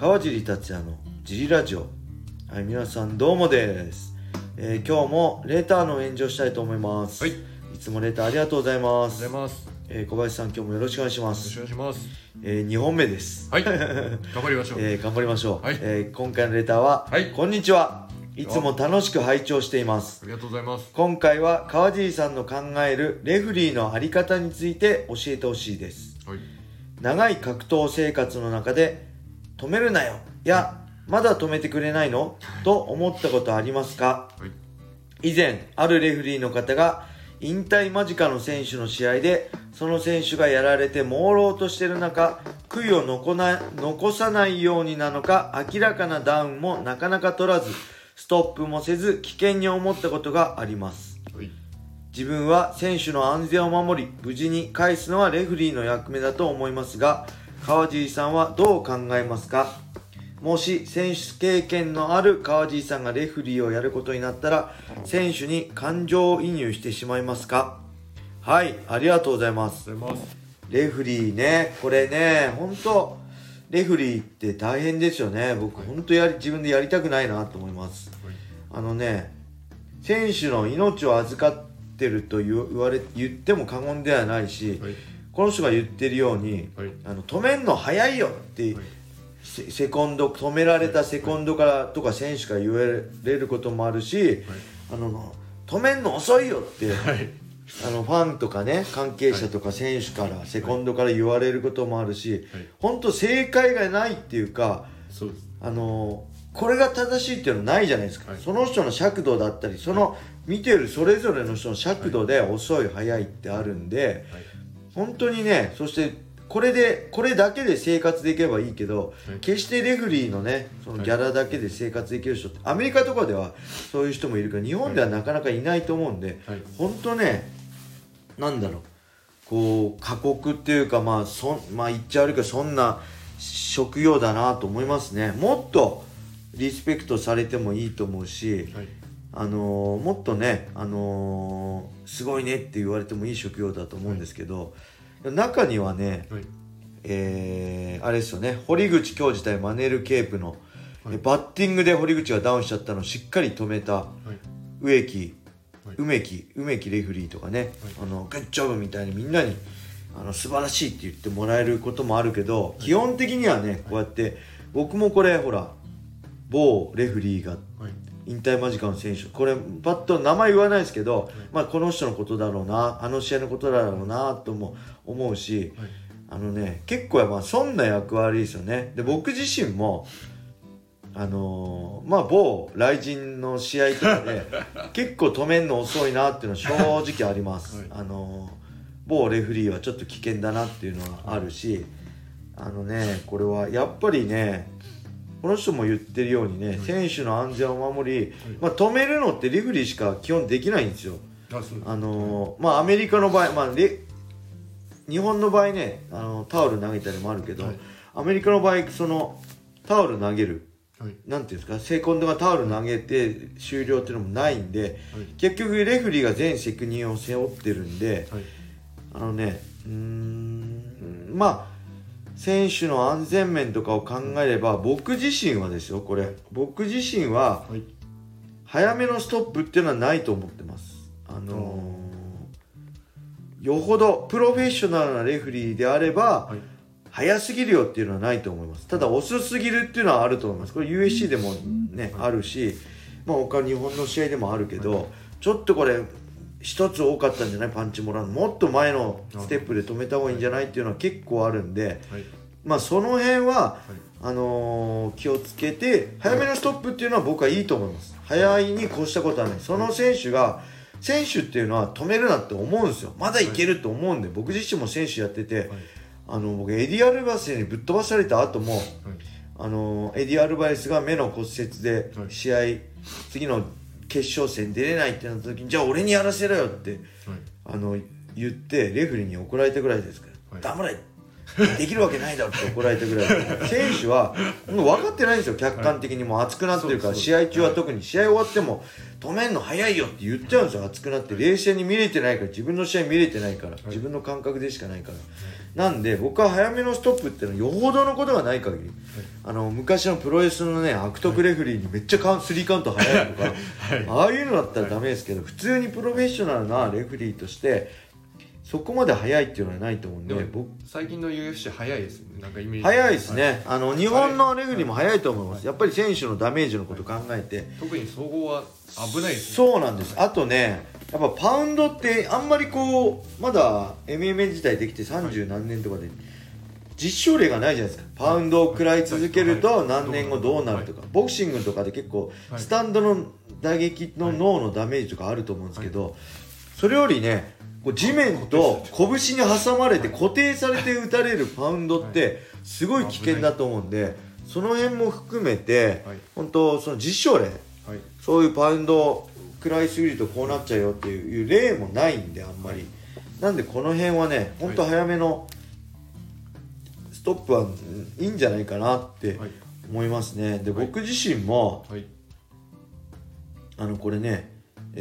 川尻達也のジリラジオ。はい、皆さんどうもです。今日もレターの炎上したいと思います。 はい。 いつもレターありがとうございます。 ありがとうございます。 小林さん、今日もよろしくお願いします。 よろしくお願いします。 2本目です。 はい。頑張りましょう。 頑張りましょう。 はい。 今回のレターは、 はい、 こんにちは。いつも楽しく拝聴しています。 ありがとうございます。 今回は川尻さんの考えるレフリーのあり方について教えてほしいです。はい。長い格闘生活の中で止めるなよやまだ止めてくれないのと思ったことありますか？はい、以前あるレフリーの方が引退間近の選手の試合でその選手がやられて朦朧としている中、悔いを残さないようになのか明らかなダウンもなかなか取らずストップもせず危険に思ったことがあります。はい、自分は選手の安全を守り無事に返すのはレフリーの役目だと思いますが、川尻さんはどう考えますか？もし選手経験のある川尻さんがレフリーをやることになったら選手に感情移入してしまいますか？はい、ありがとうございます。レフリーね、これね、本当レフリーって大変ですよね。僕本当自分でやりたくないなと思います。選手の命を預かってると言っても過言ではないし、この人が言ってるように、止めんの早いよって、セコンド止められたセコンドからとか選手から言われることもあるし、止めんの遅いよって、ファンとかね関係者とか選手からセコンドから言われることもあるし、本当正解がないっていうか、これが正しいっていうのはないじゃないですか。その人の尺度だったりその見てるそれぞれの人の尺度で遅い速いってあるんで、本当にね、そしてこれだけで生活できればいいけど、決してレフリーのねそのギャラだけで生活できる人ってアメリカとかではそういう人もいるけど日本ではなかなかいないと思うんで、本当ね、なんだろう、こう過酷っていうか言っちゃ悪いけどそんな職業だなと思いますね。もっとリスペクトされてもいいと思うし、もっとねすごいねって言われてもいい職業だと思うんですけど、中にはね、あれですよね、堀口恭司対マネル・ケープの、バッティングで堀口がダウンしちゃったのをしっかり止めた梅木レフリーとかね、グッジョブみたいにみんなに素晴らしいって言ってもらえることもあるけど、基本的にはねこうやって僕もこれほら某レフリーが引退間近の選手、これパッと名前言わないですけど、この人のことだろうな、あの試合のことだろうなとも思うし、結構そんな役割ですよね。で僕自身も某雷神の試合とかで結構止めんの遅いなっていうのは正直あります。某レフリーはちょっと危険だなっていうのはあるし、これはやっぱりね、この人も言ってるようにね、選手の安全を守り、止めるのってレフリーしか基本できないんですよ。アメリカの場合、日本の場合ねタオル投げたりもあるけど、アメリカの場合そのタオル投げる、なんていうんですか、セコンドがタオル投げて終了っていうのもないんで、結局レフリーが全責任を背負ってるんで、選手の安全面とかを考えれば僕自身は早めのストップっていうのはないと思ってます。よほどプロフェッショナルなレフリーであれば、早すぎるよっていうのはないと思います。ただ遅すぎるっていうのはあると思います。これ USC でもね、あるし、他日本の試合でもあるけど、ちょっとこれ一つ多かったんじゃない、パンチもらうのもっと前のステップで止めた方がいいんじゃないっていうのは結構あるんで、その辺は、気をつけて早めのストップっていうのは僕はいいと思います。早いに越したことはない。その選手っていうのは止めるなって思うんですよ。まだいけると思うんで、僕自身も選手やってて、僕エディ・アルバレスにぶっ飛ばされた後も、エディ・アルバレスが目の骨折で試合、次の決勝戦出れないってなった時に、じゃあ俺にやらせろよって、言ってレフェリーに怒られたぐらいですから、黙れできるわけないだろって怒られたぐらい選手はもう分かってないんですよ、客観的に。もう熱くなってるから、試合中は特に試合終わっても止めんの早いよって言っちゃうんですよ。熱くなって冷静に見れてないから、自分の試合見れてないから、自分の感覚でしかないから、なんで僕は早めのストップっていうのはよほどのことがない限り、昔のプロレスのね悪徳レフェリーにめっちゃスリーカウント早いとか、ああいうのだったらダメですけど、普通にプロフェッショナルなレフェリーとしてそこまで早いっていうのはないと思うんで、僕最近の UFC 早いですね。なんかイメージ早いですね。日本のレフェリーも早いと思います。やっぱり選手のダメージのこと考えて、 特に総合は危ないですね。 そうなんです。あとね、やっぱパウンドってあんまりこうまだ MMA 自体できて30何年とかで実証例がないじゃないですか。パウンドを食らい続けると何年後どうなるとか、ボクシングとかで結構スタンドの打撃の脳のダメージとかあると思うんですけど、それよりね、地面と拳に挟まれて固定されて打たれるパウンドってすごい危険だと思うんで、その辺も含めて本当その実証例、そういうパウンドを食らいすぎるとこうなっちゃうよっていう例もないんで、あんまりなんでこの辺はね本当早めのストップはいいんじゃないかなって思いますね。で、僕自身もこれね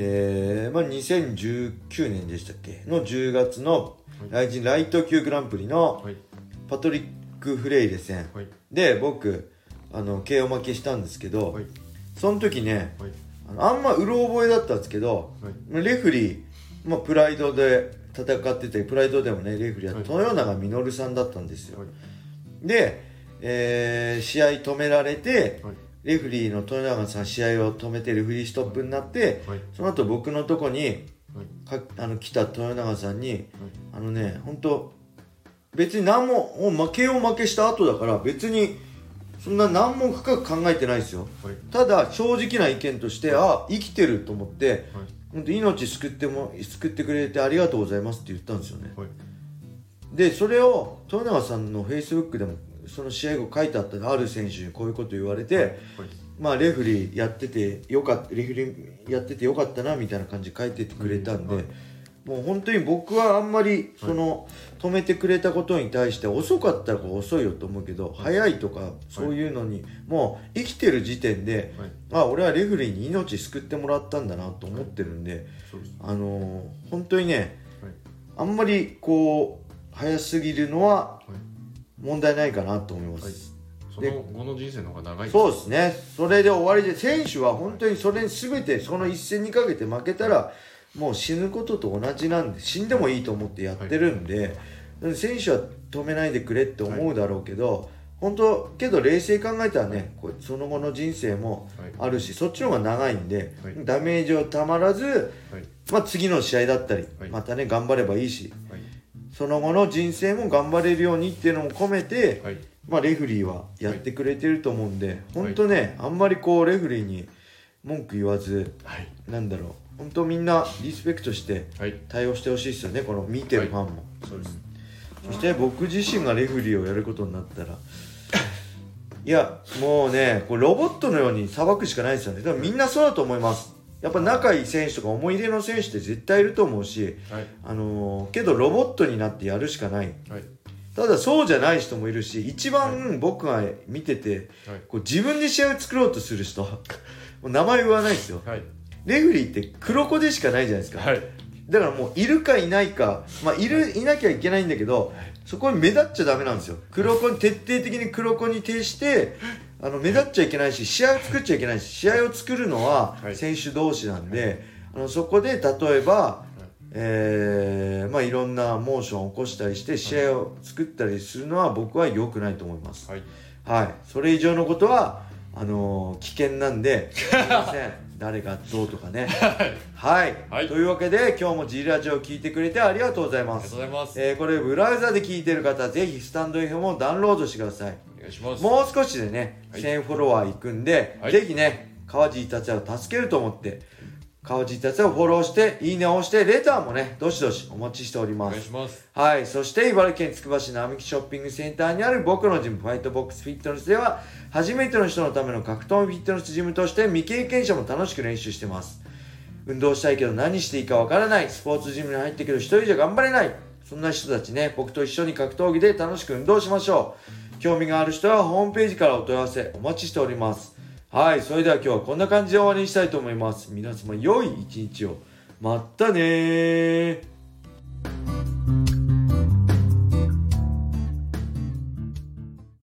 2019年でしたっけの10月のライト級グランプリのパトリック・フレイレ戦で僕KO 負けしたんですけど、その時ねあんまうろ覚えだったんですけど、レフリー、プライドで戦ってて、プライドでもねレフリーは豊永実さんだったんですよ。で、試合止められて、レフリーの豊永さん試合を止めてレフリーストップになって、その後僕のとこに来た豊永さんに、本当別に何も負けした後だから別にそんな何も深く考えてないですよ。ただ正直な意見として、生きてると思って、本当命救ってくれてありがとうございますって言ったんですよね。でそれを豊永さんのフェイスブックでもその試合後書いてあったある選手にこういうこと言われて、レフリーやっててよかったなみたいな感じで書いててくれたんで、もう本当に僕はあんまり止めてくれたことに対して遅かったら遅いよと思うけど、早いとかそういうのにもう生きてる時点で、俺はレフリーに命救ってもらったんだなと思ってるんで、本当にね、あんまり早すぎるのは問題ないかなと思います。 その後の人生の方が長いです。 そうですね。それで終わりで、選手は本当にそれに全てその一戦にかけて負けたらもう死ぬことと同じなんで、死んでもいいと思ってやってるんで、選手は止めないでくれって思うだろうけど、本当けど冷静に考えたらね、その後の人生もあるし、そっちの方が長いんで、ダメージをたまらず、次の試合だったり、またね頑張ればいいし、その後の人生も頑張れるようにっていうのも込めて、レフリーはやってくれてると思うんで、本当ね、あんまりレフリーに文句言わず、本当みんなリスペクトして対応してほしいですよね、この見てるファンも。 そうです。 そして僕自身がレフリーをやることになったら、いやもうね、ロボットのように裁くしかないですよね。でもみんなそうだと思います。やっぱ仲いい選手とか思い入れの選手って絶対いると思うし、けどロボットになってやるしかない、ただそうじゃない人もいるし、一番僕が見てて、自分で試合を作ろうとする人もう名前言わないですよ、レフリーって黒子でしかないじゃないですか、だからもういるかいないか、いなきゃいけないんだけど、そこに目立っちゃダメなんですよ。黒子に徹底的に黒子に徹して目立っちゃいけないし、試合を作っちゃいけないし、試合を作るのは選手同士なんで、そこで例えば、いろんなモーションを起こしたりして試合を作ったりするのは僕は良くないと思います。それ以上のことは危険なんで、すいません誰がどうとかね。というわけで今日も G ラジオを聞いてくれてありがとうございます。これブラウザで聞いてる方、ぜひスタンド FM をダウンロードしてください。 お願いします。 もう少しでね、1000フォロワーいくんで、ぜひね川地達也を助けると思って川地達也をフォローして、いいねを押して、レターもねどしどしお待ちしております。 お願いします。 そして茨城県つくば市並木ショッピングセンターにある僕のジム、ファイトボックスフィットネスでは、初めての人のための格闘技フィットネスジムとして未経験者も楽しく練習してます。運動したいけど何していいかわからない、スポーツジムに入ってけど一人じゃ頑張れない、 そんな人たちね、僕と一緒に格闘技で楽しく運動しましょう。興味がある人はホームページからお問い合わせお待ちしております。はい、それでは今日はこんな感じで終わりにしたいと思います。皆様良い一日を。まったねー。